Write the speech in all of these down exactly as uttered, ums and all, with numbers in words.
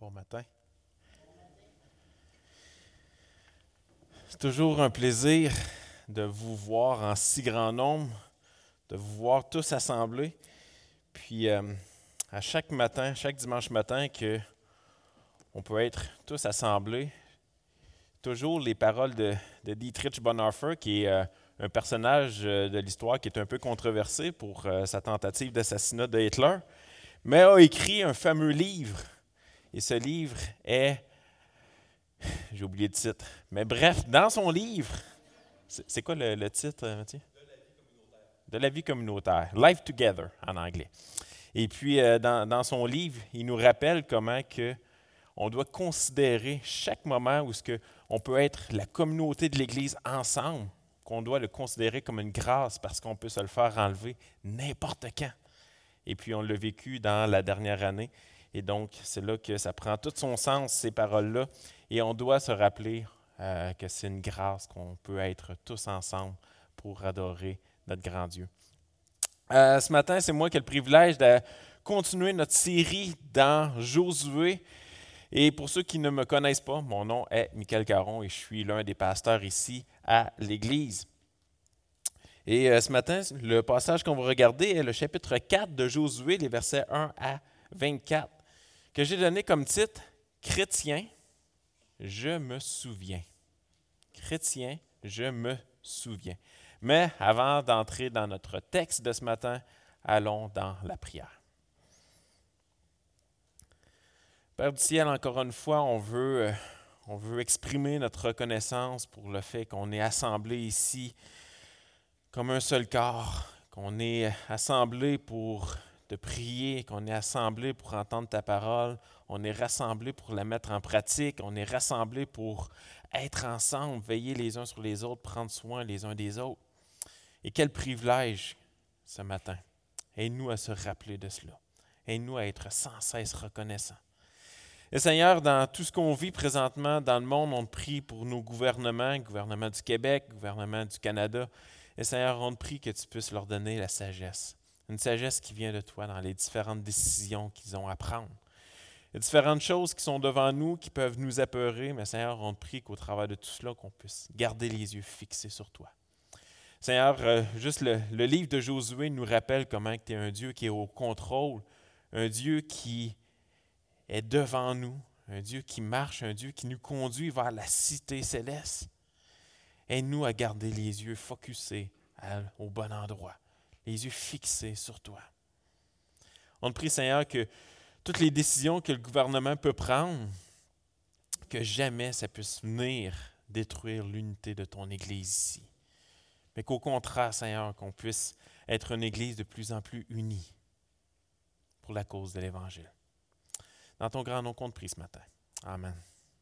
Bon matin. C'est toujours un plaisir de vous voir en si grand nombre, de vous voir tous assemblés. Puis euh, à chaque matin, chaque dimanche matin que on peut être tous assemblés, toujours les paroles de, de Dietrich Bonhoeffer, qui est euh, un personnage euh, de l'histoire qui est un peu controversé pour euh, sa tentative d'assassinat de Hitler, mais a écrit un fameux livre. Et ce livre est... J'ai oublié le titre. Mais bref, dans son livre, c'est, c'est quoi le, le titre, Mathieu? De la vie communautaire. Life Together, en anglais. Et puis, euh, dans, dans son livre, il nous rappelle comment que on doit considérer chaque moment où ce que on peut être la communauté de l'Église ensemble, qu'on doit le considérer comme une grâce parce qu'on peut se le faire enlever n'importe quand. Et puis, on l'a vécu dans la dernière année. Et donc, c'est là que ça prend tout son sens, ces paroles-là. Et on doit se rappeler euh, que c'est une grâce qu'on peut être tous ensemble pour adorer notre grand Dieu. Euh, ce matin, c'est moi qui ai le privilège de continuer notre série dans Josué. Et pour ceux qui ne me connaissent pas, mon nom est Michael Caron et je suis l'un des pasteurs ici à l'Église. Et euh, ce matin, le passage qu'on va regarder est le chapitre quatre de Josué, les versets un à vingt-quatre, que j'ai donné comme titre « Chrétien, je me souviens ». Chrétien, je me souviens. Mais avant d'entrer dans notre texte de ce matin, allons dans la prière. Père du ciel, encore une fois, on veut, euh, on veut exprimer notre reconnaissance pour le fait qu'on est assemblés ici comme un seul corps, qu'on est assemblés pour te prier, qu'on est assemblés pour entendre ta parole, on est rassemblés pour la mettre en pratique, on est rassemblés pour être ensemble, veiller les uns sur les autres, prendre soin les uns des autres. Et quel privilège ce matin. Aide-nous à se rappeler de cela. Aide-nous à être sans cesse reconnaissants. Et Seigneur, dans tout ce qu'on vit présentement dans le monde, on te prie pour nos gouvernements, gouvernement du Québec, gouvernement du Canada. Et Seigneur, on te prie que tu puisses leur donner la sagesse. Une sagesse qui vient de toi dans les différentes décisions qu'ils ont à prendre. Il y a différentes choses qui sont devant nous, qui peuvent nous apeurer, mais Seigneur, on te prie qu'au travers de tout cela, qu'on puisse garder les yeux fixés sur toi. Seigneur, euh, juste le, le livre de Josué nous rappelle comment tu es un Dieu qui est au contrôle, un Dieu qui est devant nous, un Dieu qui marche, un Dieu qui nous conduit vers la cité céleste. Aide-nous à garder les yeux focusés à, au bon endroit, les yeux fixés sur toi. On te prie, Seigneur, que toutes les décisions que le gouvernement peut prendre, que jamais ça puisse venir détruire l'unité de ton Église ici. Mais qu'au contraire, Seigneur, qu'on puisse être une Église de plus en plus unie pour la cause de l'Évangile. Dans ton grand nom qu'on te prie ce matin. Amen.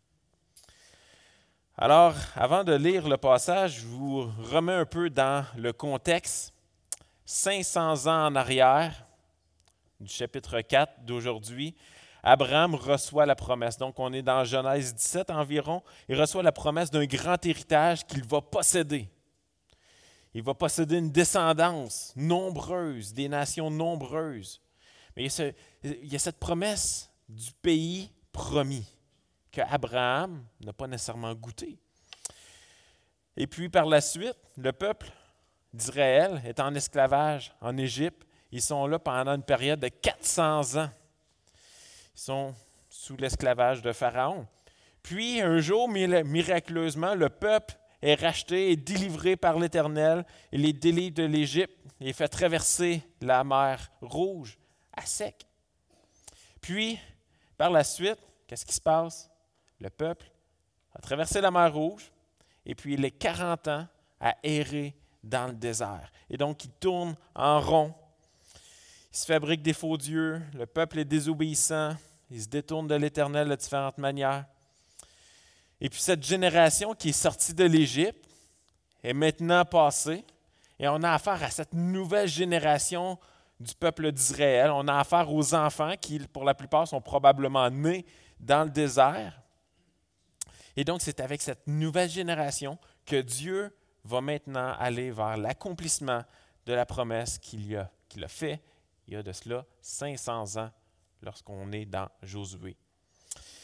Alors, avant de lire le passage, je vous remets un peu dans le contexte. cinq cents ans en arrière, du chapitre quatre d'aujourd'hui, Abraham reçoit la promesse. Donc, on est dans Genèse dix-sept environ. Il reçoit la promesse d'un grand héritage qu'il va posséder. Il va posséder une descendance nombreuse, des nations nombreuses. Mais il y a, ce, il y a cette promesse du pays promis qu'Abraham n'a pas nécessairement goûté. Et puis par la suite, le peuple d'Israël est en esclavage en Égypte. Ils sont là pendant une période de quatre cents ans. Ils sont sous l'esclavage de Pharaon. Puis un jour, miraculeusement, le peuple est racheté et délivré par l'Éternel. Il les délivre de l'Égypte et fait traverser la mer Rouge à sec. Puis, par la suite, qu'est-ce qui se passe? Le peuple a traversé la mer Rouge et puis il est quarante ans à errer dans le désert. Et donc, il tourne en rond. Il se fabrique des faux dieux. Le peuple est désobéissant. Il se détourne de l'Éternel de différentes manières. Et puis cette génération qui est sortie de l'Égypte est maintenant passée et on a affaire à cette nouvelle génération du peuple d'Israël. On a affaire aux enfants qui, pour la plupart, sont probablement nés dans le désert. Et donc, c'est avec cette nouvelle génération que Dieu va maintenant aller vers l'accomplissement de la promesse qu'il a, qu'il a fait il y a de cela cinq cents ans lorsqu'on est dans Josué.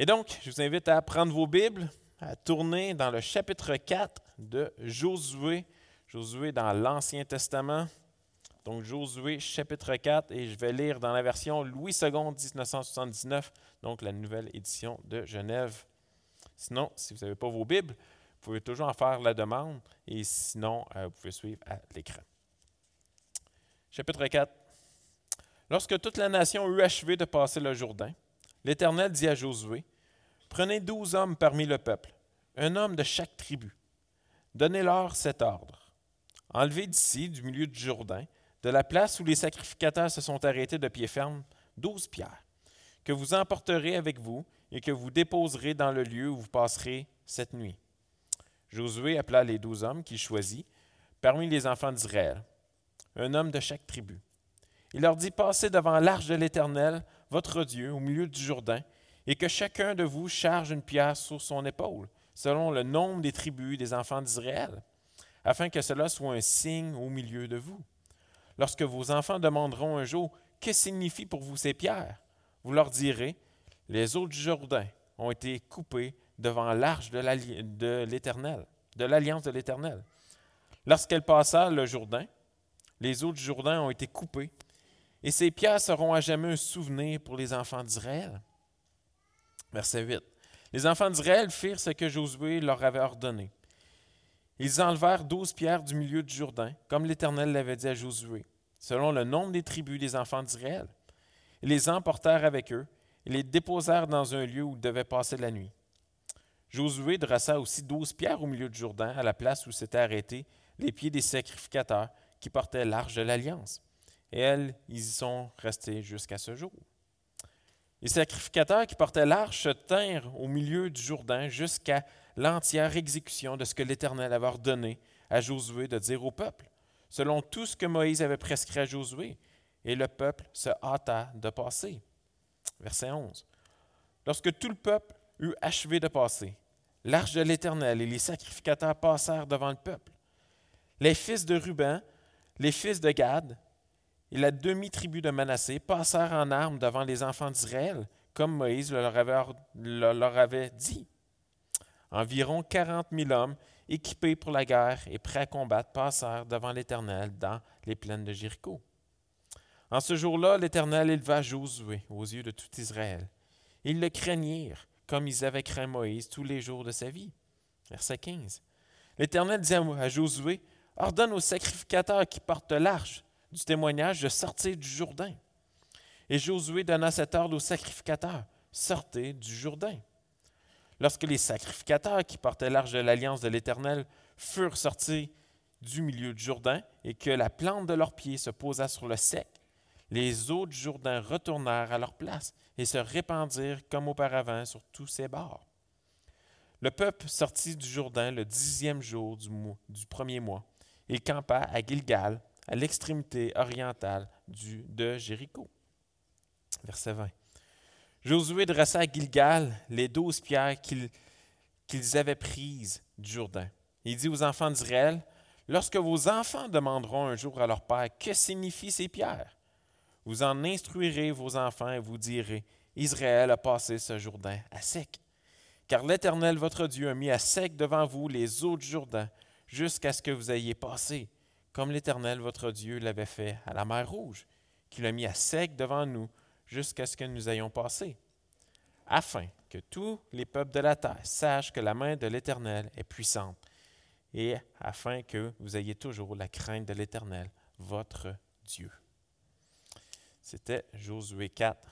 Et donc, je vous invite à prendre vos Bibles, à tourner dans le chapitre quatre de Josué. Josué dans l'Ancien Testament. Donc, Josué, chapitre quatre, et je vais lire dans la version Louis deux, dix-neuf cent soixante-dix-neuf, donc la nouvelle édition de Genève. Sinon, si vous n'avez pas vos Bibles, vous pouvez toujours en faire la demande, et sinon, euh, vous pouvez suivre à l'écran. Chapitre quatre. Lorsque toute la nation eut achevé de passer le Jourdain, l'Éternel dit à Josué, « Prenez douze hommes parmi le peuple, un homme de chaque tribu. Donnez-leur cet ordre. Enlevez d'ici, du milieu du Jourdain, de la place où les sacrificateurs se sont arrêtés de pied ferme, douze pierres, que vous emporterez avec vous et que vous déposerez dans le lieu où vous passerez cette nuit. » Josué appela les douze hommes qu'il choisit parmi les enfants d'Israël, un homme de chaque tribu. Il leur dit, « Passez devant l'arche de l'Éternel, votre Dieu, au milieu du Jourdain, et que chacun de vous charge une pierre sur son épaule, selon le nombre des tribus des enfants d'Israël, afin que cela soit un signe au milieu de vous. Lorsque vos enfants demanderont un jour, « Que signifient pour vous ces pierres? » Vous leur direz, « Les eaux du Jourdain ont été coupées devant l'arche de, l'alli- de l'Éternel, de l'alliance de l'Éternel. Lorsqu'elle passa le Jourdain, les eaux du Jourdain ont été coupées, et ces pierres seront à jamais un souvenir pour les enfants d'Israël. » Verset huit. Les enfants d'Israël firent ce que Josué leur avait ordonné. Ils enlevèrent douze pierres du milieu du Jourdain, comme l'Éternel l'avait dit à Josué, selon le nombre des tribus des enfants d'Israël. Ils les emportèrent avec eux et les déposèrent dans un lieu où ils devaient passer la nuit. Josué dressa aussi douze pierres au milieu du Jourdain, à la place où s'étaient arrêtés les pieds des sacrificateurs qui portaient l'arche de l'Alliance. Et elles, ils y sont restés jusqu'à ce jour. Les sacrificateurs qui portaient l'arche se tinrent au milieu du Jourdain jusqu'à l'entière exécution de ce que l'Éternel avait ordonné à Josué de dire au peuple, selon tout ce que Moïse avait prescrit à Josué, et le peuple se hâta de passer. Verset onze. Lorsque tout le peuple eut achevé de passer, l'arche de l'Éternel et les sacrificateurs passèrent devant le peuple. Les fils de Ruben, les fils de Gad, et la demi-tribu de Manassé passèrent en armes devant les enfants d'Israël, comme Moïse leur avait, leur avait dit. Environ quarante mille hommes, équipés pour la guerre et prêts à combattre, passèrent devant l'Éternel dans les plaines de Jéricho. En ce jour-là, l'Éternel éleva Josué aux yeux de tout Israël. Ils le craignirent, comme ils avaient craint Moïse tous les jours de sa vie. Verset quinze. L'Éternel dit à Josué, « Ordonne aux sacrificateurs qui portent l'arche du témoignage de sortir du Jourdain. » Et Josué donna cet ordre aux sacrificateurs, « Sortez du Jourdain. » Lorsque les sacrificateurs qui portaient l'arche de l'Alliance de l'Éternel furent sortis du milieu du Jourdain et que la plante de leurs pieds se posa sur le sec, les eaux du Jourdain retournèrent à leur place et se répandirent comme auparavant sur tous ses bords. Le peuple sortit du Jourdain le dixième jour du, mois, du premier mois. Il campa à Gilgal, à l'extrémité orientale du, de Jéricho. Verset vingt. Josué dressa à Gilgal les douze pierres qu'ils, qu'ils avaient prises du Jourdain. Il dit aux enfants d'Israël, « Lorsque vos enfants demanderont un jour à leur père, « Que signifient ces pierres? » Vous en instruirez vos enfants et vous direz, « Israël a passé ce Jourdain à sec. » Car l'Éternel votre Dieu a mis à sec devant vous les eaux du Jourdain, jusqu'à ce que vous ayez passé, comme l'Éternel votre Dieu l'avait fait à la mer Rouge, qu'il a mis à sec devant nous, jusqu'à ce que nous ayons passé, afin que tous les peuples de la terre sachent que la main de l'Éternel est puissante, et afin que vous ayez toujours la crainte de l'Éternel, votre Dieu. C'était Josué quatre,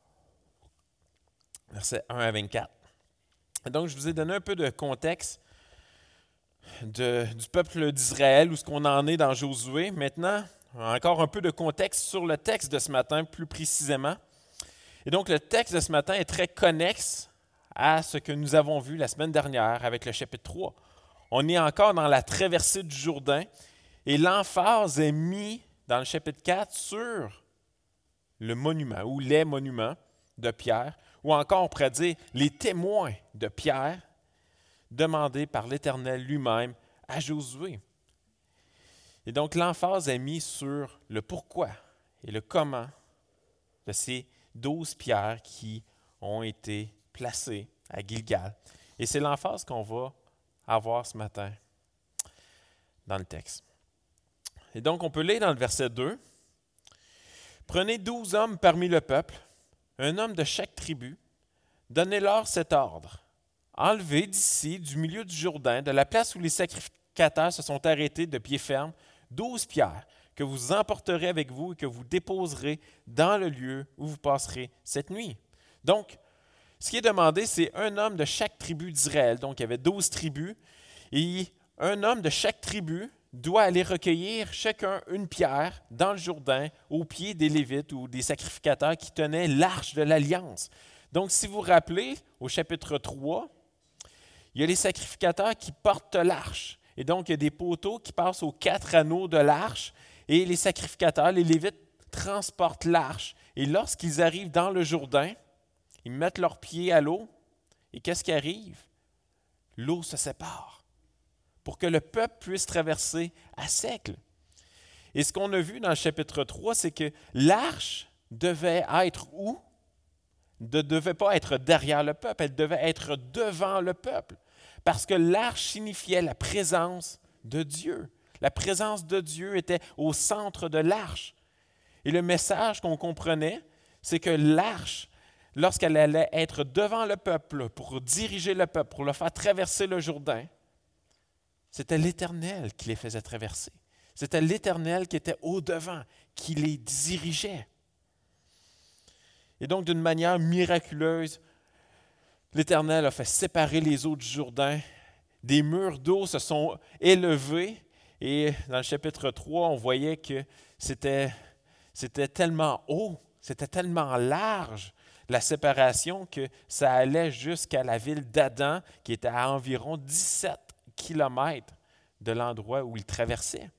versets un à vingt-quatre. Donc, je vous ai donné un peu de contexte de, du peuple d'Israël, où ce qu'on en est dans Josué. Maintenant, encore un peu de contexte sur le texte de ce matin, plus précisément. Et donc, le texte de ce matin est très connexe à ce que nous avons vu la semaine dernière avec le chapitre trois. On est encore dans la traversée du Jourdain et l'emphase est mise dans le chapitre quatre sur le monument ou les monuments de Pierre, ou encore on pourrait dire les témoins de Pierre demandés par l'Éternel lui-même à Josué. Et donc, l'emphase est mise sur le pourquoi et le comment de ces douze pierres qui ont été placé à Gilgal. Et c'est l'emphase qu'on va avoir ce matin dans le texte. Et donc, on peut lire dans le verset deux. « Prenez douze hommes parmi le peuple, un homme de chaque tribu, donnez-leur cet ordre. Enlevez d'ici, du milieu du Jourdain, de la place où les sacrificateurs se sont arrêtés de pied ferme, douze pierres que vous emporterez avec vous et que vous déposerez dans le lieu où vous passerez cette nuit. » Donc, ce qui est demandé, c'est un homme de chaque tribu d'Israël. Donc, il y avait douze tribus. Et un homme de chaque tribu doit aller recueillir chacun une pierre dans le Jourdain au pied des Lévites ou des sacrificateurs qui tenaient l'arche de l'Alliance. Donc, si vous vous rappelez, au chapitre trois, il y a les sacrificateurs qui portent l'arche. Et donc, il y a des poteaux qui passent aux quatre anneaux de l'arche et les sacrificateurs, les Lévites, transportent l'arche. Et lorsqu'ils arrivent dans le Jourdain, ils mettent leurs pieds à l'eau et qu'est-ce qui arrive? L'eau se sépare pour que le peuple puisse traverser à sec. Et ce qu'on a vu dans le chapitre trois, c'est que l'arche devait être où? Ne devait pas être derrière le peuple, elle devait être devant le peuple. Parce que l'arche signifiait la présence de Dieu. La présence de Dieu était au centre de l'arche. Et le message qu'on comprenait, c'est que l'arche, lorsqu'elle allait être devant le peuple pour diriger le peuple, pour le faire traverser le Jourdain, c'était l'Éternel qui les faisait traverser. C'était l'Éternel qui était au-devant, qui les dirigeait. Et donc, d'une manière miraculeuse, l'Éternel a fait séparer les eaux du Jourdain. Des murs d'eau se sont élevés. Et dans le chapitre trois, on voyait que c'était, c'était tellement haut, c'était tellement large, la séparation, que ça allait jusqu'à la ville d'Adam, qui était à environ dix-sept kilomètres de l'endroit où il traversait.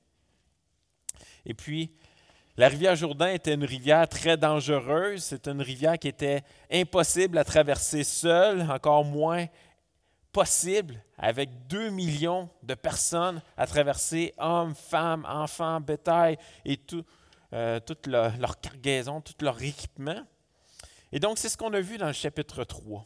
Et puis, la rivière Jourdain était une rivière très dangereuse. C'était une rivière qui était impossible à traverser seule, encore moins possible avec deux millions de personnes à traverser, hommes, femmes, enfants, bétail et tout, euh, toute leur, leur cargaison, tout leur équipement. Et donc, c'est ce qu'on a vu dans le chapitre trois.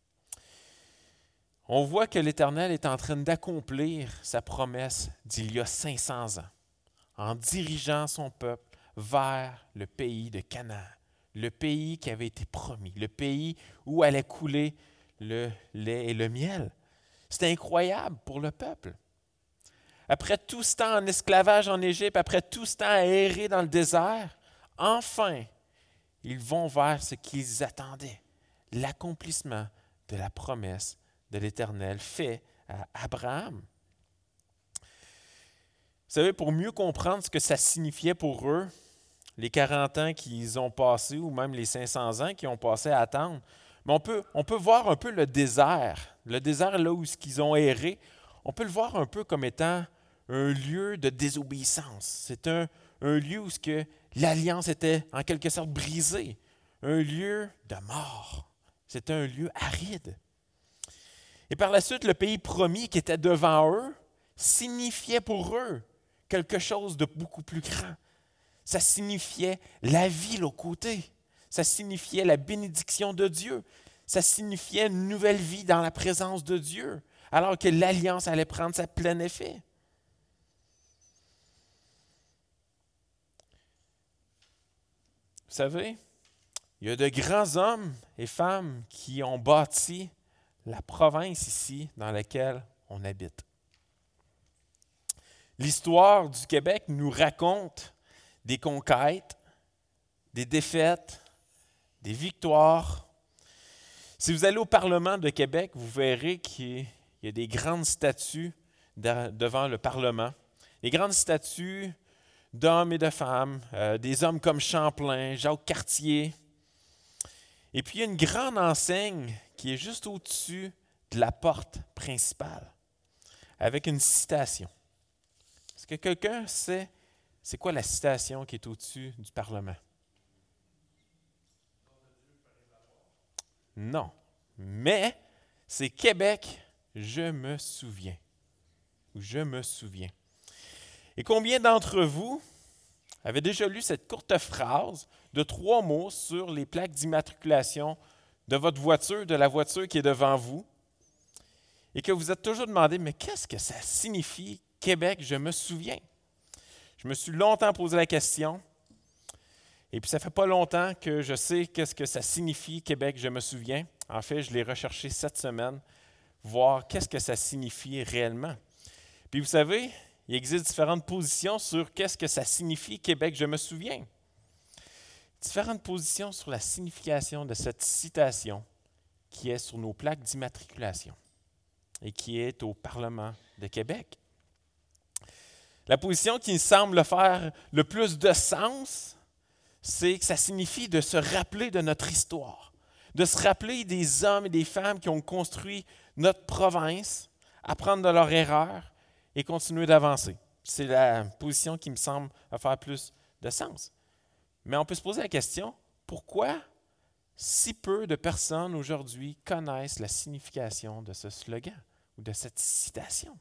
On voit que l'Éternel est en train d'accomplir sa promesse d'il y a cinq cents ans, en dirigeant son peuple vers le pays de Canaan, le pays qui avait été promis, le pays où allait couler le lait et le miel. C'était incroyable pour le peuple. Après tout ce temps en esclavage en Égypte, après tout ce temps à errer dans le désert, enfin, ils vont vers ce qu'ils attendaient, l'accomplissement de la promesse de l'Éternel fait à Abraham. Vous savez, pour mieux comprendre ce que ça signifiait pour eux, les quarante ans qu'ils ont passés, ou même les cinq cents ans qu'ils ont passé à attendre, mais on peut, on peut voir un peu le désert, le désert là où ils ont erré, on peut le voir un peu comme étant un lieu de désobéissance. C'est un, un lieu où ce que l'alliance était en quelque sorte brisée, un lieu de mort. C'était un lieu aride. Et par la suite, le pays promis qui était devant eux signifiait pour eux quelque chose de beaucoup plus grand. Ça signifiait la vie de l'autre côté. Ça signifiait la bénédiction de Dieu. Ça signifiait une nouvelle vie dans la présence de Dieu, alors que l'alliance allait prendre sa plein effet. Vous savez, il y a de grands hommes et femmes qui ont bâti la province ici dans laquelle on habite. L'histoire du Québec nous raconte des conquêtes, des défaites, des victoires. Si vous allez au Parlement de Québec, vous verrez qu'il y a des grandes statues devant le Parlement. Des grandes statues d'hommes et de femmes, euh, des hommes comme Champlain, Jacques Cartier. Et puis il y a une grande enseigne qui est juste au-dessus de la porte principale, avec une citation. Est-ce que quelqu'un sait c'est quoi la citation qui est au-dessus du Parlement? Non, mais c'est Québec, je me souviens. Ou je me souviens. Et combien d'entre vous avaient déjà lu cette courte phrase de trois mots sur les plaques d'immatriculation de votre voiture, de la voiture qui est devant vous, et que vous êtes toujours demandé, mais qu'est-ce que ça signifie Québec, je me souviens? Je me suis longtemps posé la question, et puis ça fait pas longtemps que je sais qu'est-ce que ça signifie Québec, je me souviens. En fait, je l'ai recherché cette semaine, voir qu'est-ce que ça signifie réellement. Puis vous savez, il existe différentes positions sur qu'est-ce que ça signifie Québec, je me souviens. Différentes positions sur la signification de cette citation qui est sur nos plaques d'immatriculation et qui est au Parlement de Québec. La position qui semble faire le plus de sens, c'est que ça signifie de se rappeler de notre histoire, de se rappeler des hommes et des femmes qui ont construit notre province, apprendre de leurs erreurs et continuer d'avancer. C'est la position qui me semble faire plus de sens. Mais on peut se poser la question, pourquoi si peu de personnes aujourd'hui connaissent la signification de ce slogan ou de cette citation?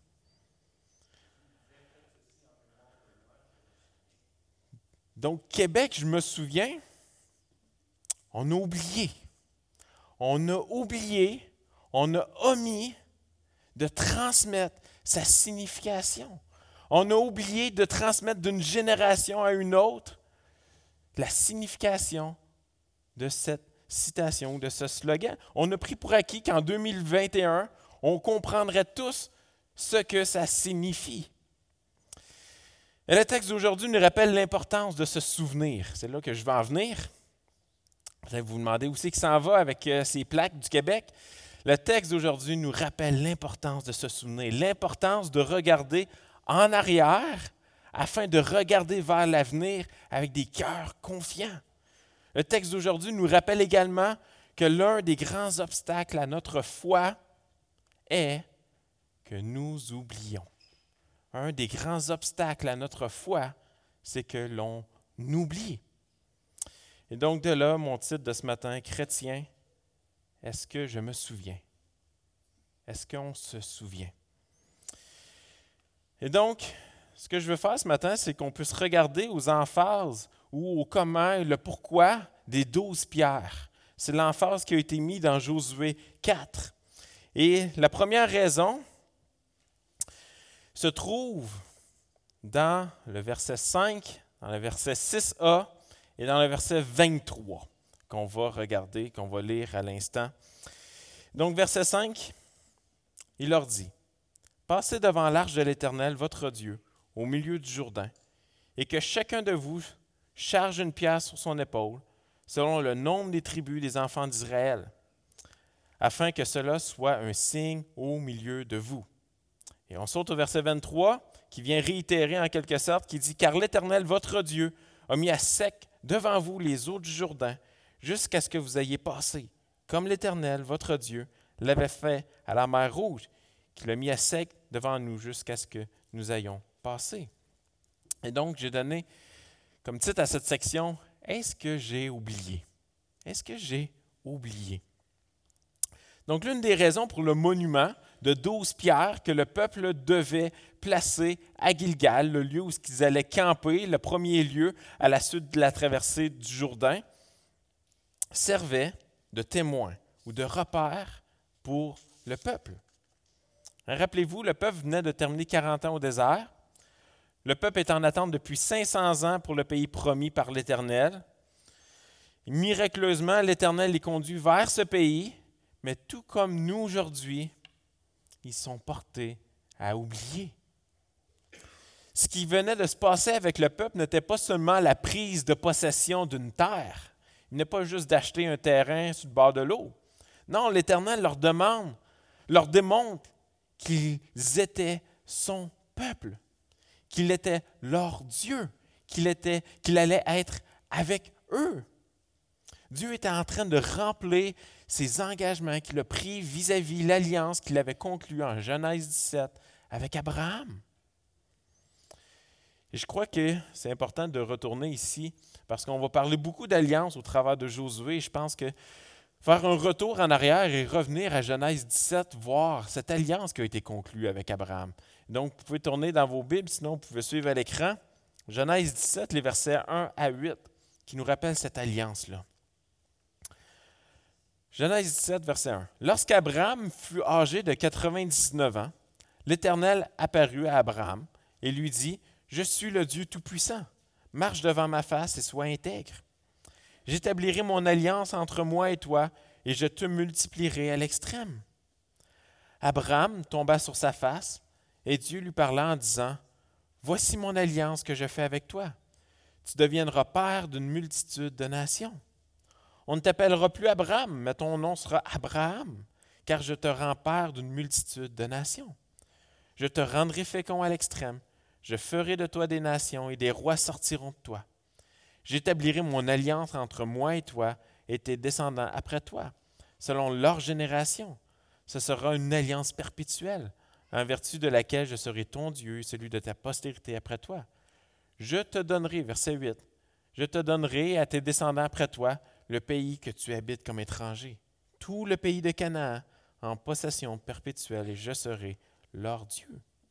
Donc, Québec, je me souviens, on a oublié. On a oublié, on a omis de transmettre sa signification. On a oublié de transmettre d'une génération à une autre la signification de cette citation, de ce slogan. On a pris pour acquis qu'en deux mille vingt et un, on comprendrait tous ce que ça signifie. Et le texte d'aujourd'hui nous rappelle l'importance de se souvenir. C'est là que je vais en venir. Vous allez vous demander où c'est qu'il s'en va avec euh, ces plaques du Québec. Le texte d'aujourd'hui nous rappelle l'importance de se souvenir, l'importance de regarder en arrière afin de regarder vers l'avenir avec des cœurs confiants. Le texte d'aujourd'hui nous rappelle également que l'un des grands obstacles à notre foi est que nous oublions. Un des grands obstacles à notre foi, c'est que l'on oublie. Et donc de là, mon titre de ce matin, Chrétien, est-ce que je me souviens? Est-ce qu'on se souvient? Et donc, ce que je veux faire ce matin, c'est qu'on puisse regarder aux emphases ou au comment et le pourquoi des douze pierres. C'est l'emphase qui a été mise dans Josué quatre. Et la première raison se trouve dans le verset cinq, dans le verset six a et dans le verset vingt-trois qu'on va regarder, qu'on va lire à l'instant. Donc, verset cinq, il leur dit, « Passez devant l'arche de l'Éternel, votre Dieu, au milieu du Jourdain, et que chacun de vous charge une pierre sur son épaule, selon le nombre des tribus des enfants d'Israël, afin que cela soit un signe au milieu de vous. » Et on saute au verset vingt-trois, qui vient réitérer en quelque sorte, qui dit « Car l'Éternel, votre Dieu, a mis à sec devant vous les eaux du Jourdain, jusqu'à ce que vous ayez passé, comme l'Éternel, votre Dieu, l'avait fait à la mer Rouge, qu'il a mis à sec devant nous jusqu'à ce que nous ayons passé. » Et donc, j'ai donné comme titre à cette section, « Est-ce que j'ai oublié? » Est-ce que j'ai oublié? Donc, l'une des raisons pour le monument de douze pierres que le peuple devait placer à Gilgal, le lieu où ils allaient camper, le premier lieu à la suite de la traversée du Jourdain, servait de témoin ou de repère pour le peuple. Rappelez-vous, le peuple venait de terminer quarante ans au désert. Le peuple est en attente depuis cinq cents ans pour le pays promis par l'Éternel. Miraculeusement, l'Éternel les conduit vers ce pays, mais tout comme nous aujourd'hui, ils sont portés à oublier. Ce qui venait de se passer avec le peuple n'était pas seulement la prise de possession d'une terre. Il n'est pas juste d'acheter un terrain sur le bord de l'eau. Non, l'Éternel leur demande, leur démontre qu'ils étaient son peuple, qu'il était leur Dieu, qu'il était, qu'il allait être avec eux. Dieu était en train de remplir ses engagements qu'il a pris vis-à-vis l'alliance qu'il avait conclue en Genèse dix-sept avec Abraham. Et je crois que c'est important de retourner ici parce qu'on va parler beaucoup d'alliance au travers de Josué. Je pense que faire un retour en arrière et revenir à Genèse dix-sept, voir cette alliance qui a été conclue avec Abraham. Donc, vous pouvez tourner dans vos Bibles, sinon vous pouvez suivre à l'écran. Genèse dix-sept, les versets un à huit, qui nous rappellent cette alliance-là. Genèse dix-sept, verset un. Lorsqu'Abraham fut âgé de quatre-vingt-dix-neuf ans, l'Éternel apparut à Abraham et lui dit, « Je suis le Dieu Tout-Puissant. Marche devant ma face et sois intègre. J'établirai mon alliance entre moi et toi, et je te multiplierai à l'extrême. » Abraham tomba sur sa face, et Dieu lui parla en disant, « Voici mon alliance que je fais avec toi. Tu deviendras père d'une multitude de nations. On ne t'appellera plus Abraham, mais ton nom sera Abraham, car je te rends père d'une multitude de nations. Je te rendrai fécond à l'extrême. Je ferai de toi des nations, et des rois sortiront de toi. J'établirai mon alliance entre moi et toi, et tes descendants après toi, selon leur génération. Ce sera une alliance perpétuelle, en vertu de laquelle je serai ton Dieu et celui de ta postérité après toi. Je te donnerai, verset huit, je te donnerai à tes descendants après toi le pays que tu habites comme étranger, tout le pays de Canaan en possession perpétuelle, et je serai leur Dieu.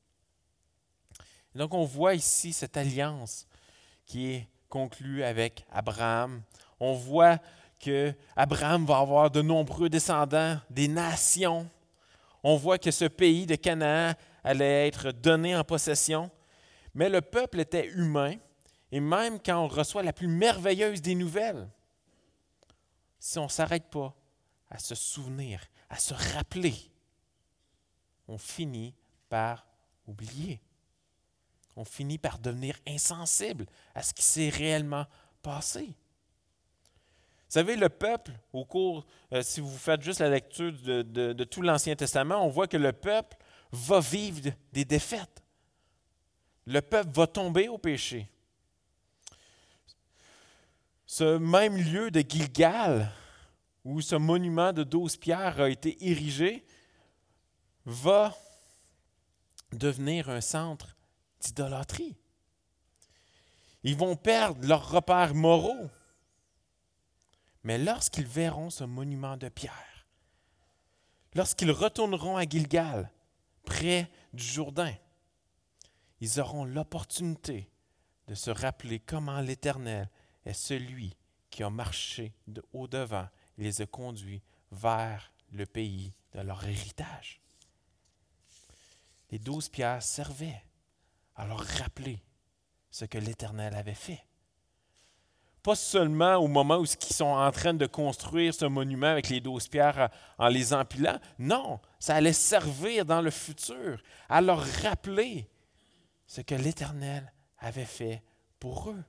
Et donc on voit ici cette alliance qui est conclue avec Abraham. On voit qu'Abraham va avoir de nombreux descendants, des nations. On voit que ce pays de Canaan allait être donné en possession, mais le peuple était humain, et même quand on reçoit la plus merveilleuse des nouvelles, si on ne s'arrête pas à se souvenir, à se rappeler, on finit par oublier. On finit par devenir insensible à ce qui s'est réellement passé. Vous savez, le peuple, au cours, euh, si vous faites juste la lecture de, de, de tout l'Ancien Testament, on voit que le peuple va vivre des défaites. Le peuple va tomber au péché. Ce même lieu de Gilgal, où ce monument de douze pierres a été érigé, va devenir un centre d'idolâtrie. Ils vont perdre leurs repères moraux. Mais lorsqu'ils verront ce monument de pierre, lorsqu'ils retourneront à Gilgal, près du Jourdain, ils auront l'opportunité de se rappeler comment l'Éternel est celui qui a marché de au-devant et les a conduits vers le pays de leur héritage. Les douze pierres servaient à leur rappeler ce que l'Éternel avait fait. Pas seulement au moment où ils sont en train de construire ce monument avec les douze pierres en les empilant. Non, ça allait servir dans le futur à leur rappeler ce que l'Éternel avait fait pour eux.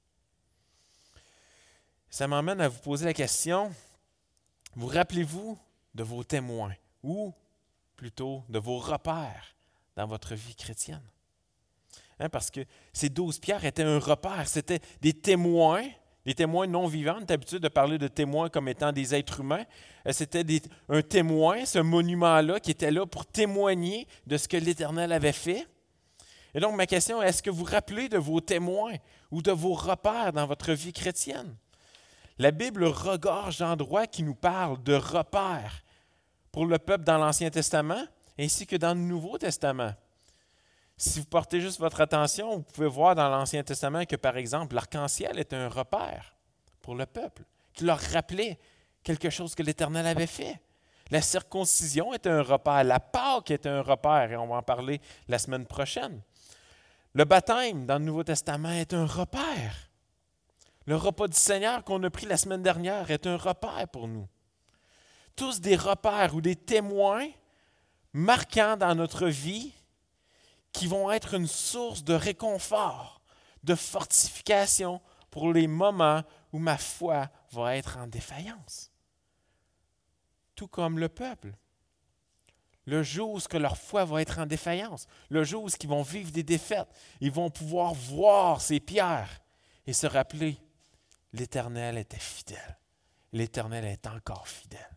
Ça m'emmène à vous poser la question, vous rappelez-vous de vos témoins ou plutôt de vos repères dans votre vie chrétienne? Hein, parce que ces douze pierres étaient un repère, c'était des témoins, des témoins non vivants. On a l'habitude de parler de témoins comme étant des êtres humains. C'était des, un témoin, ce monument-là, qui était là pour témoigner de ce que l'Éternel avait fait. Et donc, ma question est, est-ce que vous vous rappelez de vos témoins ou de vos repères dans votre vie chrétienne? La Bible regorge d'endroits qui nous parlent de repères pour le peuple dans l'Ancien Testament ainsi que dans le Nouveau Testament. Si vous portez juste votre attention, vous pouvez voir dans l'Ancien Testament que, par exemple, l'arc-en-ciel est un repère pour le peuple, qui leur rappelait quelque chose que l'Éternel avait fait. La circoncision est un repère, la Pâque est un repère, et on va en parler la semaine prochaine. Le baptême dans le Nouveau Testament est un repère. Le repas du Seigneur qu'on a pris la semaine dernière est un repère pour nous. Tous des repères ou des témoins marquants dans notre vie qui vont être une source de réconfort, de fortification pour les moments où ma foi va être en défaillance. Tout comme le peuple. Le jour où que leur foi va être en défaillance, le jour où ils vont vivre des défaites, ils vont pouvoir voir ces pierres et se rappeler, l'Éternel était fidèle. L'Éternel est encore fidèle.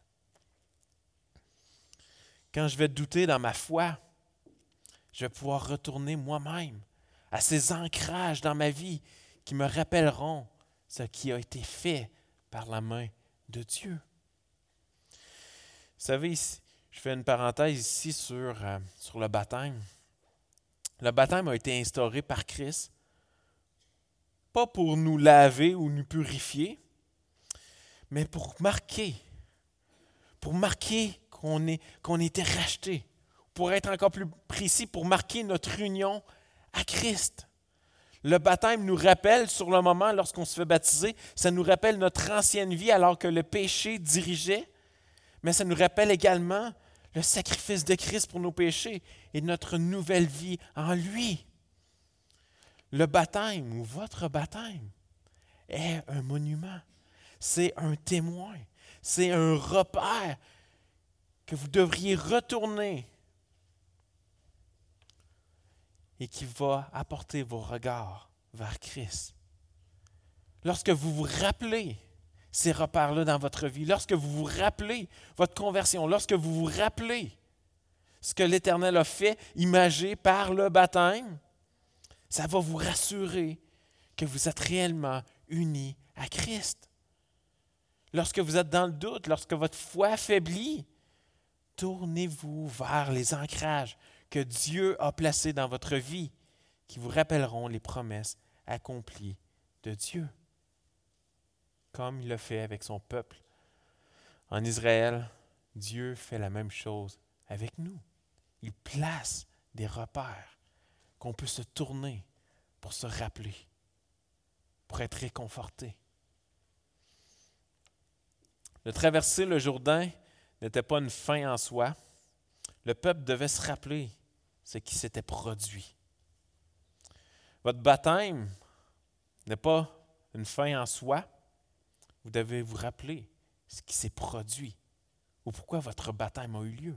Quand je vais douter dans ma foi, je vais pouvoir retourner moi-même à ces ancrages dans ma vie qui me rappelleront ce qui a été fait par la main de Dieu. Vous savez, je fais une parenthèse ici sur, euh, sur le baptême. Le baptême a été instauré par Christ, pas pour nous laver ou nous purifier, mais pour marquer pour marquer qu'on est, qu'on a été racheté. Pour être encore plus précis, pour marquer notre union à Christ. Le baptême nous rappelle, sur le moment, lorsqu'on se fait baptiser, ça nous rappelle notre ancienne vie alors que le péché dirigeait, mais ça nous rappelle également le sacrifice de Christ pour nos péchés et notre nouvelle vie en lui. Le baptême ou votre baptême est un monument, c'est un témoin, c'est un repère que vous devriez retourner et qui va apporter vos regards vers Christ. Lorsque vous vous rappelez ces repères-là dans votre vie, lorsque vous vous rappelez votre conversion, lorsque vous vous rappelez ce que l'Éternel a fait, imagé par le baptême, ça va vous rassurer que vous êtes réellement unis à Christ. Lorsque vous êtes dans le doute, lorsque votre foi affaiblit, tournez-vous vers les ancrages que Dieu a placés dans votre vie, qui vous rappelleront les promesses accomplies de Dieu. Comme il l'a fait avec son peuple. En Israël, Dieu fait la même chose avec nous. Il place des repères qu'on peut se tourner pour se rappeler, pour être réconforté. De traverser le Jourdain n'était pas une fin en soi. Le peuple devait se rappeler ce qui s'était produit. Votre baptême n'est pas une fin en soi. Vous devez vous rappeler ce qui s'est produit ou pourquoi votre baptême a eu lieu.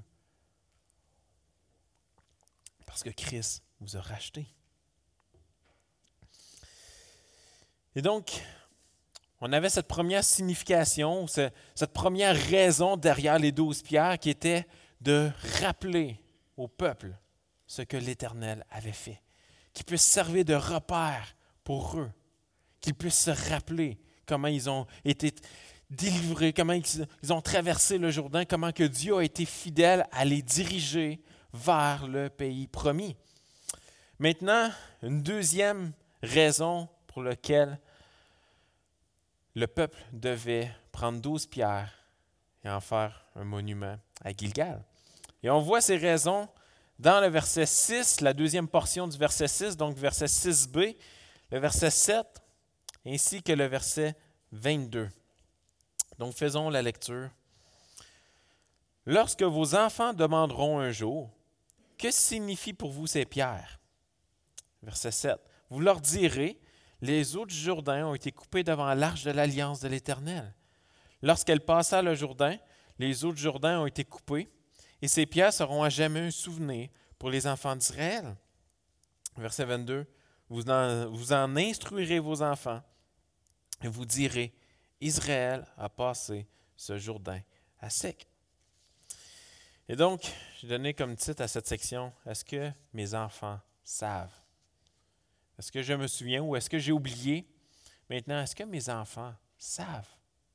Parce que Christ vous a racheté. Et donc, on avait cette première signification, cette première raison derrière les douze pierres qui était de rappeler au peuple ce que l'Éternel avait fait, qu'il puisse servir de repère pour eux, qu'ils puissent se rappeler comment ils ont été délivrés, comment ils ont traversé le Jourdain, comment que Dieu a été fidèle à les diriger vers le pays promis. Maintenant, une deuxième raison pour laquelle le peuple devait prendre douze pierres et en faire un monument à Gilgal. Et on voit ces raisons dans le verset six, la deuxième portion du verset six, donc verset six b, le verset sept, ainsi que le verset vingt-deux. Donc faisons la lecture. « Lorsque vos enfants demanderont un jour, que signifient pour vous ces pierres? » Verset sept. « Vous leur direz, les eaux du Jourdain ont été coupées devant l'arche de l'alliance de l'Éternel. Lorsqu'elle passa le Jourdain, les eaux du Jourdain ont été coupées, et ces pierres seront à jamais un souvenir pour les enfants d'Israël. » Verset vingt-deux. Vous en, vous en instruirez vos enfants, et vous direz, Israël a passé ce Jourdain à sec. Et donc, j'ai donné comme titre à cette section, est-ce que mes enfants savent? Est-ce que je me souviens ou est-ce que j'ai oublié? Maintenant, est-ce que mes enfants savent?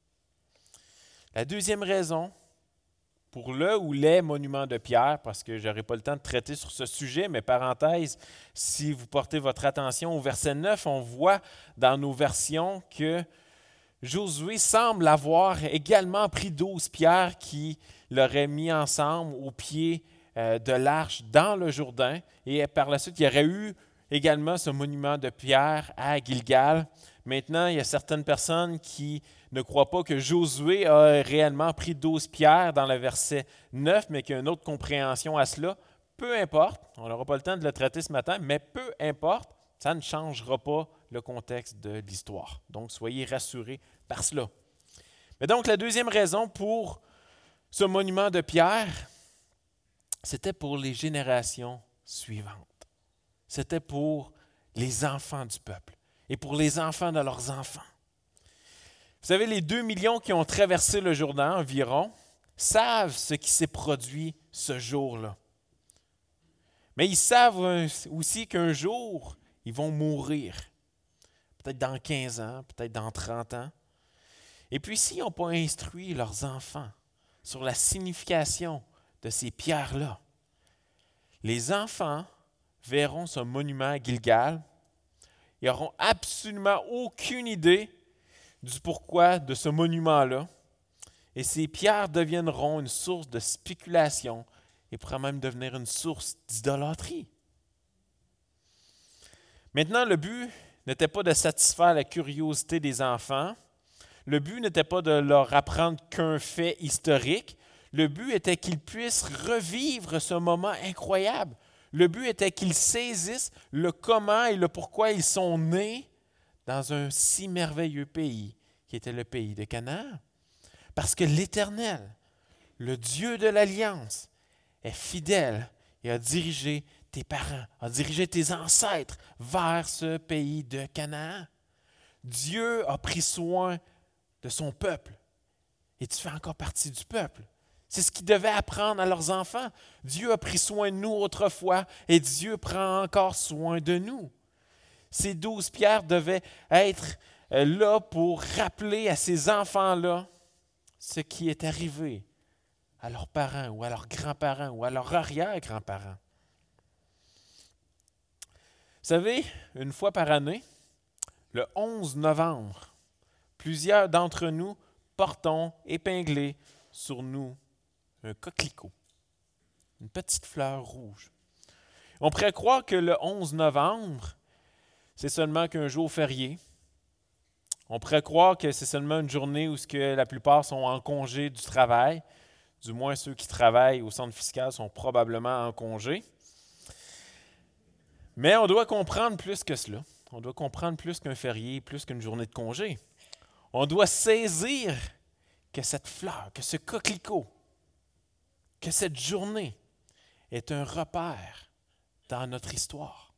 La deuxième raison pour le ou les monuments de pierre, parce que je n'aurai pas le temps de traiter sur ce sujet, mais parenthèse, si vous portez votre attention au verset neuf, on voit dans nos versions que Josué semble avoir également pris douze pierres qui l'auraient mis ensemble au pied euh, de l'arche dans le Jourdain, et par la suite, il y aurait eu également ce monument de pierre à Gilgal. Maintenant, il y a certaines personnes qui ne croient pas que Josué a réellement pris douze pierres dans le verset neuf, mais qu'il y a une autre compréhension à cela. Peu importe, on n'aura pas le temps de le traiter ce matin, mais peu importe, ça ne changera pas le contexte de l'histoire. Donc, soyez rassurés par cela. Mais donc, la deuxième raison pour ce monument de pierre, c'était pour les générations suivantes. C'était pour les enfants du peuple et pour les enfants de leurs enfants. Vous savez, les deux millions qui ont traversé le Jourdain environ savent ce qui s'est produit ce jour-là. Mais ils savent aussi qu'un jour, ils vont mourir. Peut-être dans quinze ans, peut-être dans trente ans. Et puis, s'ils n'ont pas instruit leurs enfants sur la signification de ces pierres-là, les enfants verront ce monument à Gilgal. Ils n'auront absolument aucune idée du pourquoi de ce monument-là. Et ces pierres deviendront une source de spéculation et pourraient même devenir une source d'idolâtrie. Maintenant, le but n'était pas de satisfaire la curiosité des enfants. Le but n'était pas de leur apprendre qu'un fait historique. Le but était qu'ils puissent revivre ce moment incroyable. Le but était qu'ils saisissent le comment et le pourquoi ils sont nés dans un si merveilleux pays qui était le pays de Canaan. Parce que l'Éternel, le Dieu de l'Alliance, est fidèle et a dirigé tes parents, a dirigé tes ancêtres vers ce pays de Canaan. Dieu a pris soin de son peuple et tu fais encore partie du peuple. C'est ce qu'ils devaient apprendre à leurs enfants. Dieu a pris soin de nous autrefois et Dieu prend encore soin de nous. Ces douze pierres devaient être là pour rappeler à ces enfants-là ce qui est arrivé à leurs parents ou à leurs grands-parents ou à leurs arrière-grands-parents. Vous savez, une fois par année, le onze novembre, plusieurs d'entre nous portons épinglé sur nous un coquelicot, une petite fleur rouge. On pourrait croire que le onze novembre, c'est seulement qu'un jour férié. On pourrait croire que c'est seulement une journée où ce que la plupart sont en congé du travail. Du moins, ceux qui travaillent au centre fiscal sont probablement en congé. Mais on doit comprendre plus que cela. On doit comprendre plus qu'un férié, plus qu'une journée de congé. On doit saisir que cette fleur, que ce coquelicot, que cette journée est un repère dans notre histoire.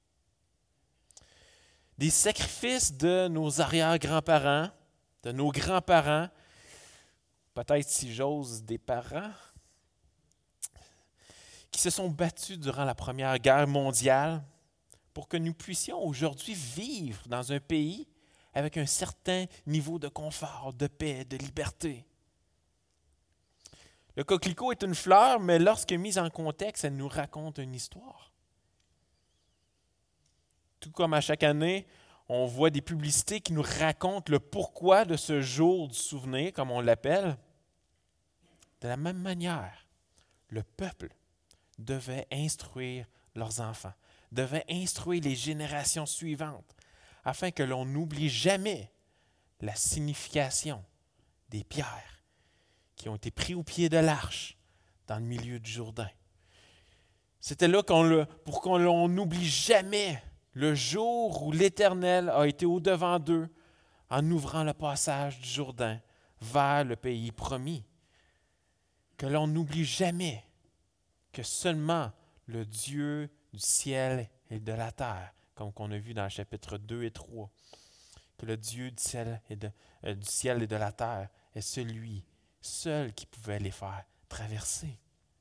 Des sacrifices de nos arrière-grands-parents, de nos grands-parents, peut-être si j'ose des parents, qui se sont battus durant la Première Guerre mondiale pour que nous puissions aujourd'hui vivre dans un pays avec un certain niveau de confort, de paix, de liberté. Le coquelicot est une fleur, mais lorsque mise en contexte, elle nous raconte une histoire. Tout comme à chaque année, on voit des publicités qui nous racontent le pourquoi de ce jour du souvenir, comme on l'appelle. De la même manière, le peuple devait instruire leurs enfants, devait instruire les générations suivantes, afin que l'on n'oublie jamais la signification des pierres qui ont été prises au pied de l'arche dans le milieu du Jourdain. C'était là qu'on le, pour qu'on n'oublie jamais le jour où l'Éternel a été au-devant d'eux en ouvrant le passage du Jourdain vers le pays promis. Que l'on n'oublie jamais que seulement le Dieu du ciel et de la terre, comme on a vu dans le chapitre deux et trois, que le Dieu du ciel et de, euh, du ciel et de la terre est celui seul qui pouvait les faire traverser.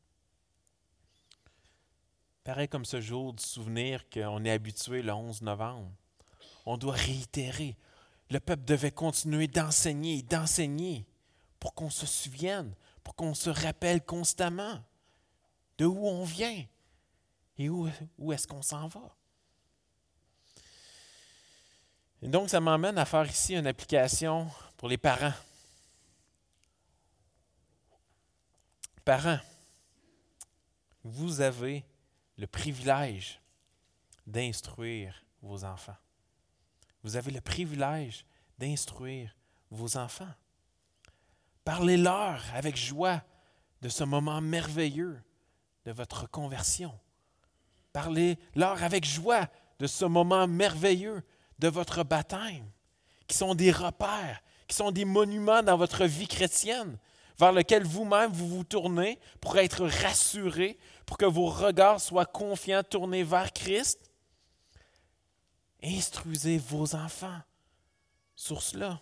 Pareil comme ce jour du souvenir qu'on est habitué le onze novembre. On doit réitérer. Le peuple devait continuer d'enseigner et d'enseigner pour qu'on se souvienne, pour qu'on se rappelle constamment de où on vient et où, où est-ce qu'on s'en va. Et donc, ça m'emmène à faire ici une application pour les parents. Parents, vous avez le privilège d'instruire vos enfants. Vous avez le privilège d'instruire vos enfants. Parlez-leur avec joie de ce moment merveilleux de votre conversion. Parlez-leur avec joie de ce moment merveilleux de votre baptême, qui sont des repères, qui sont des monuments dans votre vie chrétienne, vers lequel vous-même vous vous tournez pour être rassurés, pour que vos regards soient confiants, tournés vers Christ. Instruisez vos enfants sur cela.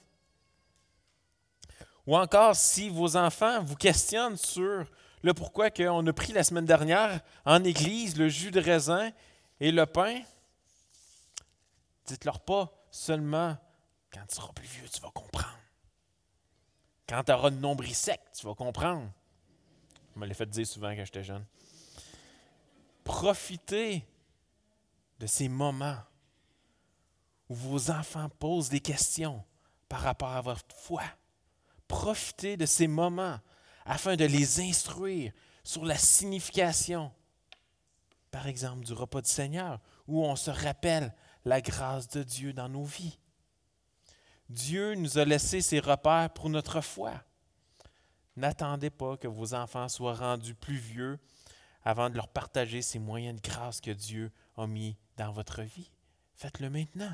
Ou encore, si vos enfants vous questionnent sur le pourquoi qu'on a pris la semaine dernière en église le jus de raisin et le pain, dites-leur pas seulement « quand tu seras plus vieux, tu vas comprendre ». Quand tu auras le nombril sec, tu vas comprendre. Je me l'ai fait dire souvent quand j'étais jeune. Profitez de ces moments où vos enfants posent des questions par rapport à votre foi, Profitez de ces moments afin de les instruire sur la signification, par exemple, du repas du Seigneur, où on se rappelle la grâce de Dieu dans nos vies. Dieu nous a laissé ses repères pour notre foi. N'attendez pas que vos enfants soient rendus plus vieux avant de leur partager ces moyens de grâce que Dieu a mis dans votre vie. Faites-le maintenant.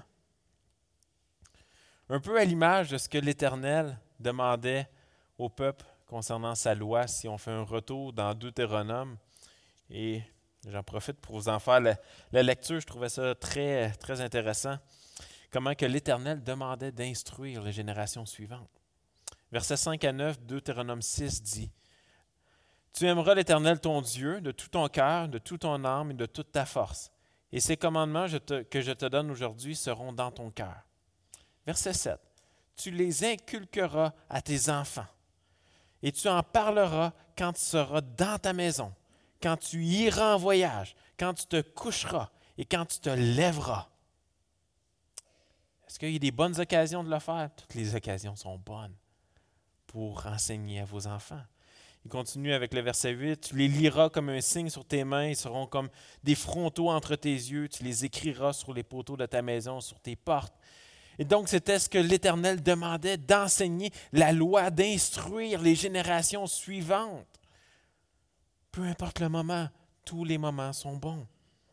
Un peu à l'image de ce que l'Éternel demandait au peuple concernant sa loi, si on fait un retour dans Deutéronome, et j'en profite pour vous en faire la, la lecture, je trouvais ça très, très intéressant, comment que l'Éternel demandait d'instruire les générations suivantes. Versets cinq à neuf, Deutéronome six dit « Tu aimeras l'Éternel ton Dieu de tout ton cœur, de toute ton âme et de toute ta force. Et ces commandements je te, que je te donne aujourd'hui seront dans ton cœur. » Verset sept. « Tu les inculqueras à tes enfants, et tu en parleras quand tu seras dans ta maison, quand tu iras en voyage, quand tu te coucheras et quand tu te lèveras. » Est-ce qu'il y a des bonnes occasions de le faire? Toutes les occasions sont bonnes pour enseigner à vos enfants. Il continue avec le verset huit. « Tu les liras comme un signe sur tes mains, ils seront comme des frontaux entre tes yeux, tu les écriras sur les poteaux de ta maison, sur tes portes. » Et donc, c'était ce que l'Éternel demandait, d'enseigner la loi, d'instruire les générations suivantes. Peu importe le moment, tous les moments sont bons.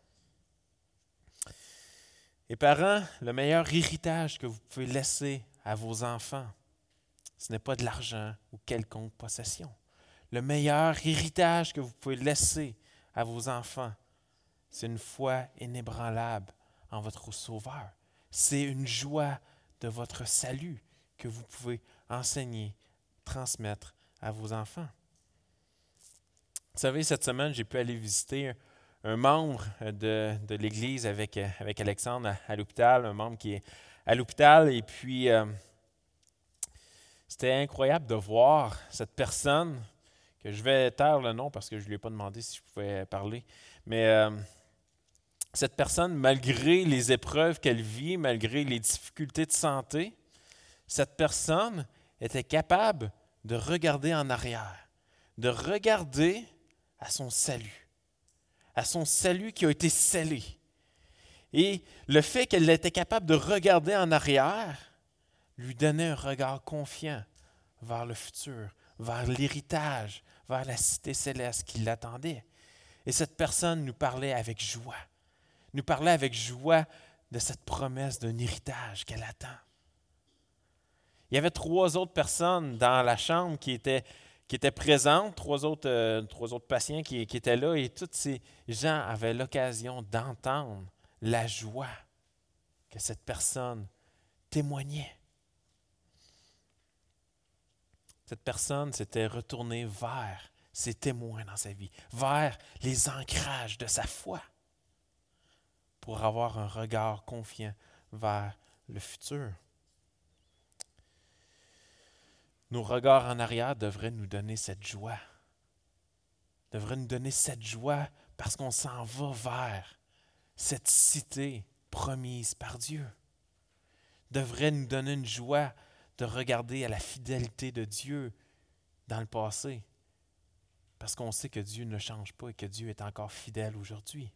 Et parents, le meilleur héritage que vous pouvez laisser à vos enfants, ce n'est pas de l'argent ou quelconque possession. Le meilleur héritage que vous pouvez laisser à vos enfants, c'est une foi inébranlable en votre Sauveur. C'est une joie de votre salut que vous pouvez enseigner, transmettre à vos enfants. Vous savez, cette semaine, j'ai pu aller visiter un membre de, de l'Église avec, avec Alexandre à, à l'hôpital, un membre qui est à l'hôpital. Et puis, euh, c'était incroyable de voir cette personne, que je vais taire le nom parce que je ne lui ai pas demandé si je pouvais parler, mais euh, cette personne, malgré les épreuves qu'elle vit, malgré les difficultés de santé, cette personne était capable de regarder en arrière, de regarder à son salut, à son salut qui a été scellé. Et le fait qu'elle était capable de regarder en arrière lui donnait un regard confiant vers le futur, vers l'héritage, vers la cité céleste qui l'attendait. Et cette personne nous parlait avec joie, nous parlait avec joie de cette promesse d'un héritage qu'elle attend. Il y avait trois autres personnes dans la chambre qui étaient, qui étaient présentes, trois autres, euh, trois autres patients qui, qui étaient là, et tous ces gens avaient l'occasion d'entendre la joie que cette personne témoignait. Cette personne s'était retournée vers ses témoins dans sa vie, vers les ancrages de sa foi, pour avoir un regard confiant vers le futur. Nos regards en arrière devraient nous donner cette joie, devraient nous donner cette joie parce qu'on s'en va vers cette cité promise par Dieu. Devrait nous donner une joie de regarder à la fidélité de Dieu dans le passé, parce qu'on sait que Dieu ne change pas et que Dieu est encore fidèle aujourd'hui.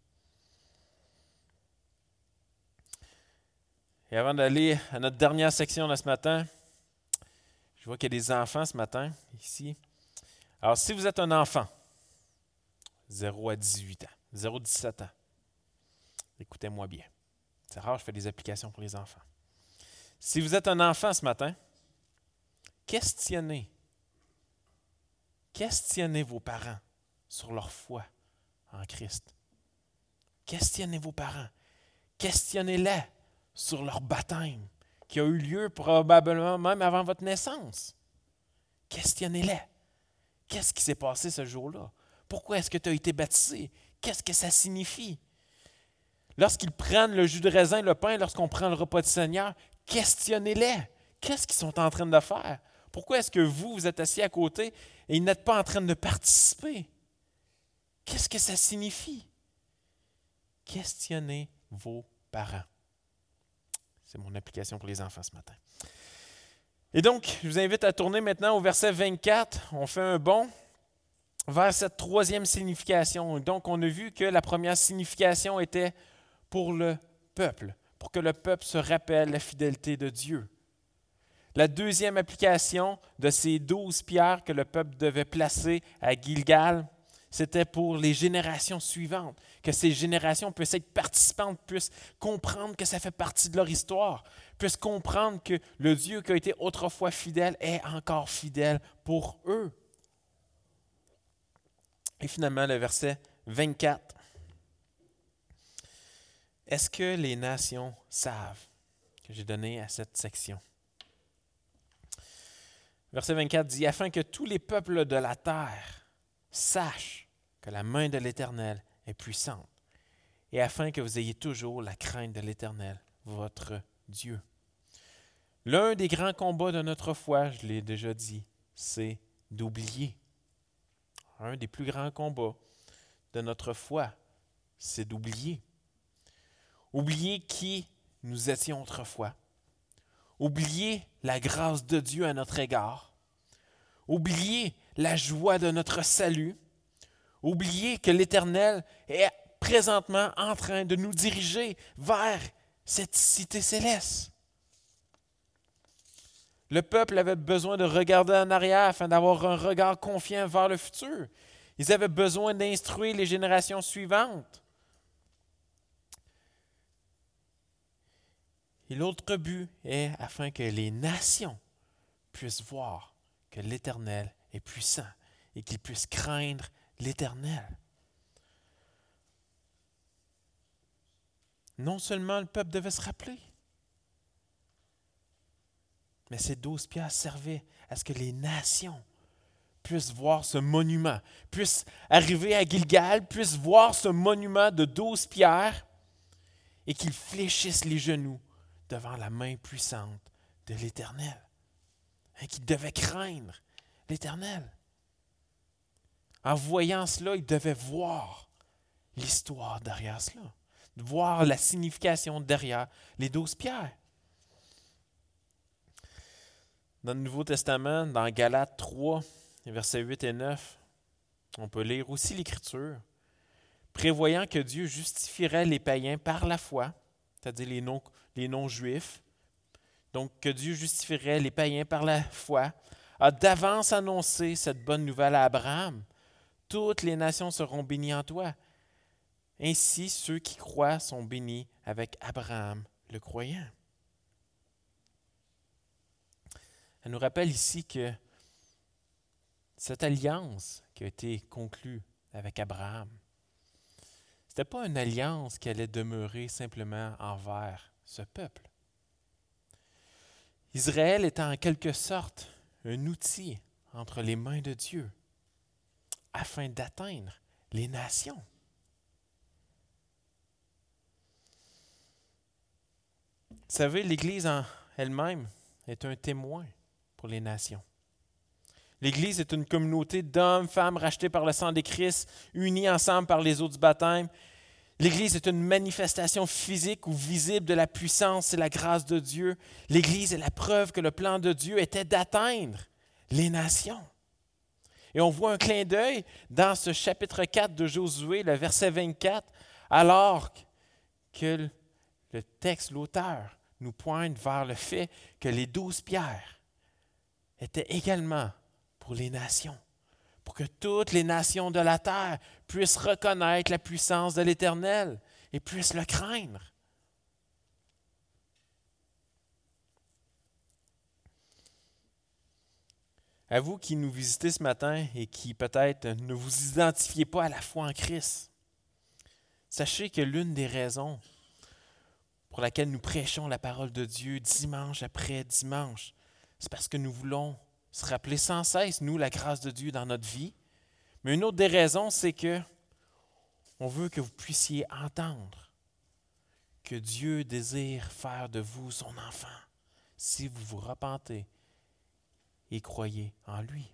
Et avant d'aller à notre dernière section de ce matin, je vois qu'il y a des enfants ce matin, ici. Alors, si vous êtes un enfant, zéro à dix-huit ans, zéro à dix-sept ans, écoutez-moi bien. C'est rare, je fais des applications pour les enfants. Si vous êtes un enfant ce matin, questionnez, questionnez vos parents sur leur foi en Christ. Questionnez vos parents. Questionnez-les sur leur baptême qui a eu lieu probablement même avant votre naissance. Questionnez-les. Qu'est-ce qui s'est passé ce jour-là? Pourquoi est-ce que tu as été baptisé? Qu'est-ce que ça signifie? Lorsqu'ils prennent le jus de raisin, le pain, lorsqu'on prend le repas du Seigneur, questionnez-les. Qu'est-ce qu'ils sont en train de faire? Pourquoi est-ce que vous, vous êtes assis à côté et ils n'êtes pas en train de participer? Qu'est-ce que ça signifie? Questionnez vos parents. C'est mon application pour les enfants ce matin. Et donc, je vous invite à tourner maintenant au verset vingt-quatre. On fait un bond vers cette troisième signification. Donc, on a vu que la première signification était pour le peuple, pour que le peuple se rappelle la fidélité de Dieu. La deuxième application de ces douze pierres que le peuple devait placer à Gilgal, c'était pour les générations suivantes, que ces générations puissent être participantes, puissent comprendre que ça fait partie de leur histoire, puissent comprendre que le Dieu qui a été autrefois fidèle est encore fidèle pour eux. Et finalement, le verset vingt-quatre. Est-ce que les nations savent que j'ai donné à cette section? Verset vingt-quatre dit « Afin que tous les peuples de la terre sachent que la main de l'Éternel est puissante, et afin que vous ayez toujours la crainte de l'Éternel, votre Dieu. » L'un des grands combats de notre foi, je l'ai déjà dit, c'est d'oublier. Un des plus grands combats de notre foi, c'est d'oublier. Oublier qui nous étions autrefois. Oublier la grâce de Dieu à notre égard. Oublier la joie de notre salut. Oublier que l'Éternel est présentement en train de nous diriger vers cette cité céleste. Le peuple avait besoin de regarder en arrière afin d'avoir un regard confiant vers le futur. Ils avaient besoin d'instruire les générations suivantes. Et l'autre but est afin que les nations puissent voir que l'Éternel est puissant et qu'ils puissent craindre l'Éternel. Non seulement le peuple devait se rappeler, mais ces douze pierres servaient à ce que les nations puissent voir ce monument, puissent arriver à Gilgal, puissent voir ce monument de douze pierres et qu'ils fléchissent les genoux devant la main puissante de l'Éternel. Hein, qu'ils devaient craindre l'Éternel. En voyant cela, ils devaient voir l'histoire derrière cela, voir la signification derrière les douze pierres. Dans le Nouveau Testament, dans Galates trois, versets huit et neuf, on peut lire aussi l'Écriture, prévoyant que Dieu justifierait les païens par la foi, c'est-à-dire les non, les non-juifs, donc que Dieu justifierait les païens par la foi, a d'avance annoncé cette bonne nouvelle à Abraham. Toutes les nations seront bénies en toi. Ainsi, ceux qui croient sont bénis avec Abraham, le croyant. Elle nous rappelle ici que cette alliance qui a été conclue avec Abraham, ce n'était pas une alliance qui allait demeurer simplement envers ce peuple. Israël était en quelque sorte un outil entre les mains de Dieu afin d'atteindre les nations. Vous savez, l'Église en elle-même est un témoin pour les nations. L'Église est une communauté d'hommes, femmes rachetés par le sang de Christ, unis ensemble par les eaux du baptême. L'Église est une manifestation physique ou visible de la puissance et la grâce de Dieu. L'Église est la preuve que le plan de Dieu était d'atteindre les nations. Et on voit un clin d'œil dans ce chapitre quatre de Josué, le verset vingt-quatre, alors que le texte, l'auteur, nous pointe vers le fait que les douze pierres étaient également pour les nations, pour que toutes les nations de la terre puissent reconnaître la puissance de l'Éternel et puissent le craindre. À vous qui nous visitez ce matin et qui peut-être ne vous identifiez pas à la foi en Christ, sachez que l'une des raisons pour laquelle nous prêchons la parole de Dieu dimanche après dimanche, c'est parce que nous voulons se rappeler sans cesse, nous, la grâce de Dieu dans notre vie. Mais une autre des raisons, c'est que on veut que vous puissiez entendre que Dieu désire faire de vous son enfant si vous vous repentez et croyez en lui.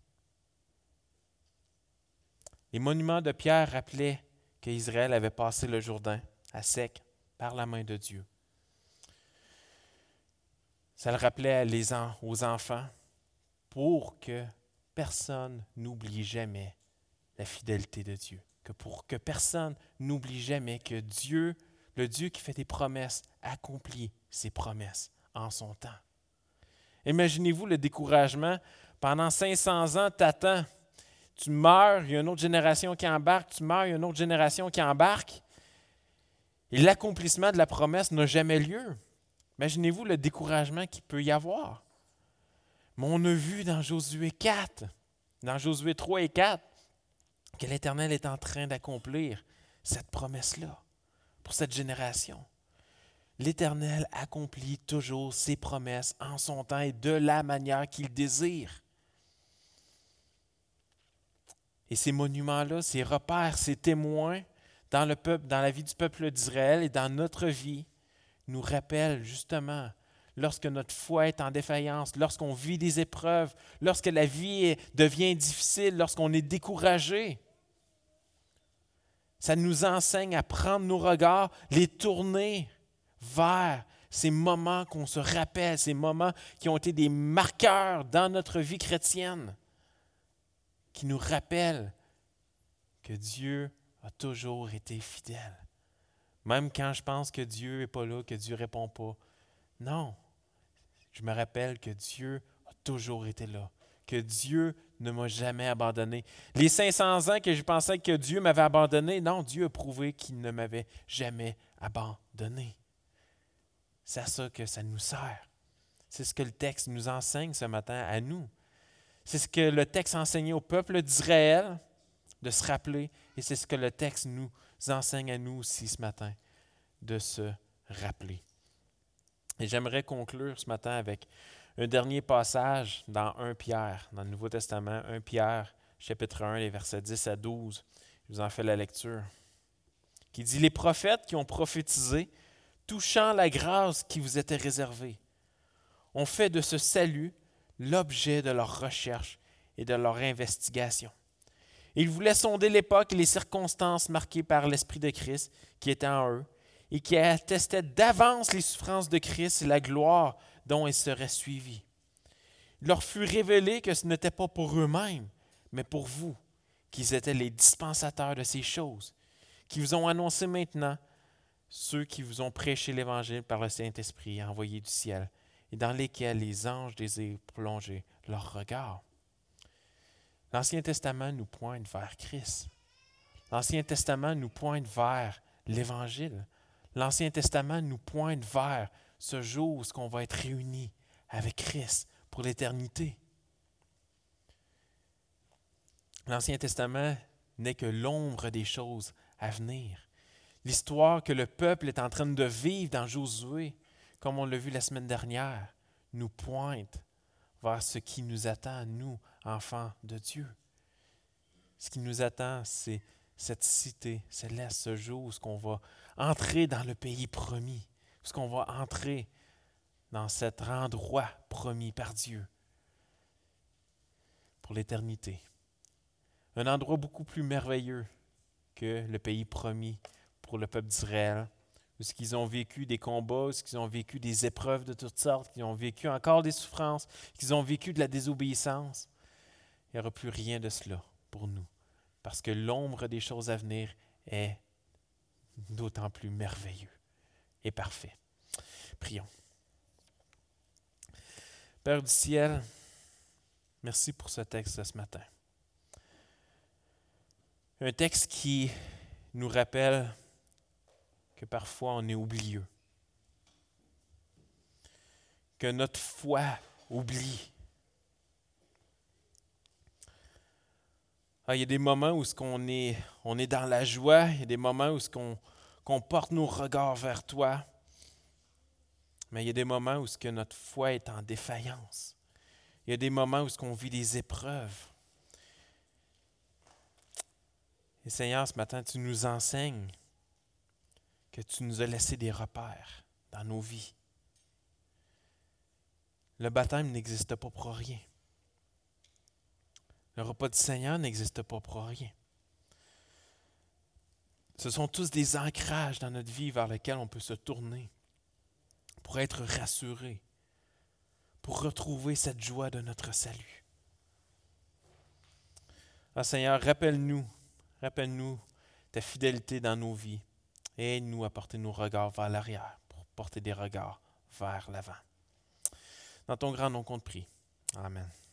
Les monuments de pierre rappelaient qu'Israël avait passé le Jourdain à sec par la main de Dieu. Ça le rappelait les en- aux enfants pour que personne n'oublie jamais la fidélité de Dieu. Que pour que personne n'oublie jamais que Dieu, le Dieu qui fait des promesses, accomplit ses promesses en son temps. Imaginez-vous le découragement. Pendant cinq cents ans, tu attends. Tu meurs, il y a une autre génération qui embarque. Tu meurs, il y a une autre génération qui embarque. Et l'accomplissement de la promesse n'a jamais lieu. Imaginez-vous le découragement qu'il peut y avoir. Mais on a vu dans Josué quatre, dans Josué trois et quatre, que l'Éternel est en train d'accomplir cette promesse-là pour cette génération. L'Éternel accomplit toujours ses promesses en son temps et de la manière qu'il désire. Et ces monuments-là, ces repères, ces témoins dans le peuple, dans la vie du peuple d'Israël et dans notre vie, nous rappellent justement, lorsque notre foi est en défaillance, lorsqu'on vit des épreuves, lorsque la vie est- devient difficile, lorsqu'on est découragé, ça nous enseigne à prendre nos regards, les tourner vers ces moments qu'on se rappelle, ces moments qui ont été des marqueurs dans notre vie chrétienne, qui nous rappellent que Dieu a toujours été fidèle. Même quand je pense que Dieu n'est pas là, que Dieu ne répond pas. Non, je me rappelle que Dieu a toujours été là, que Dieu ne m'a jamais abandonné. Les cinq cents ans que je pensais que Dieu m'avait abandonné, non, Dieu a prouvé qu'il ne m'avait jamais abandonné. C'est à ça que ça nous sert. C'est ce que le texte nous enseigne ce matin à nous. C'est ce que le texte enseignait au peuple d'Israël de se rappeler, et c'est ce que le texte nous enseigne à nous aussi ce matin, de se rappeler. Et j'aimerais conclure ce matin avec un dernier passage dans Première Pierre, dans le Nouveau Testament, Première Pierre, chapitre un, les versets dix à douze. Je vous en fais la lecture. Qui dit « Les prophètes qui ont prophétisé, touchant la grâce qui vous était réservée, ont fait de ce salut l'objet de leur recherche et de leur investigation. Ils voulaient sonder l'époque et les circonstances marquées par l'Esprit de Christ qui était en eux et qui attestait d'avance les souffrances de Christ et la gloire dont ils seraient suivis. Il leur fut révélé que ce n'était pas pour eux-mêmes, mais pour vous, qu'ils étaient les dispensateurs de ces choses, qui vous ont annoncé maintenant ceux qui vous ont prêché l'Évangile par le Saint-Esprit envoyé du ciel, et dans lesquels les anges désirent plonger leur regard. » L'Ancien Testament nous pointe vers Christ. L'Ancien Testament nous pointe vers l'Évangile. L'Ancien Testament nous pointe vers ce jour où on va être réunis avec Christ pour l'éternité. L'Ancien Testament n'est que l'ombre des choses à venir. L'histoire que le peuple est en train de vivre dans Josué, comme on l'a vu la semaine dernière, nous pointe vers ce qui nous attend, nous, enfants de Dieu. Ce qui nous attend, c'est cette cité céleste, ce jour où on va entrer dans le pays promis, où on va entrer dans cet endroit promis par Dieu pour l'éternité. Un endroit beaucoup plus merveilleux que le pays promis pour le peuple d'Israël, où ils ont vécu des combats, où ils ont vécu des épreuves de toutes sortes, qu'ils ont vécu encore des souffrances, qu'ils ont vécu de la désobéissance. Il n'y aura plus rien de cela pour nous, parce que l'ombre des choses à venir est d'autant plus merveilleux et parfait. Prions. Père du ciel, merci pour ce texte de ce matin. Un texte qui nous rappelle que parfois on est oublieux, que notre foi oublie. Ah, il y a des moments où on est, on est dans la joie, il y a des moments où on, qu'on porte nos regards vers toi, mais il y a des moments où que notre foi est en défaillance. Il y a des moments où on vit des épreuves. Et Seigneur, ce matin, tu nous enseignes que tu nous as laissé des repères dans nos vies. Le baptême n'existe pas pour rien. Le repas du Seigneur n'existe pas pour rien. Ce sont tous des ancrages dans notre vie vers lesquels on peut se tourner pour être rassuré, pour retrouver cette joie de notre salut. Ah Seigneur, rappelle-nous, rappelle-nous ta fidélité dans nos vies. Aide-nous à porter nos regards vers l'arrière pour porter des regards vers l'avant. Dans ton grand nom qu'on te prie. Amen.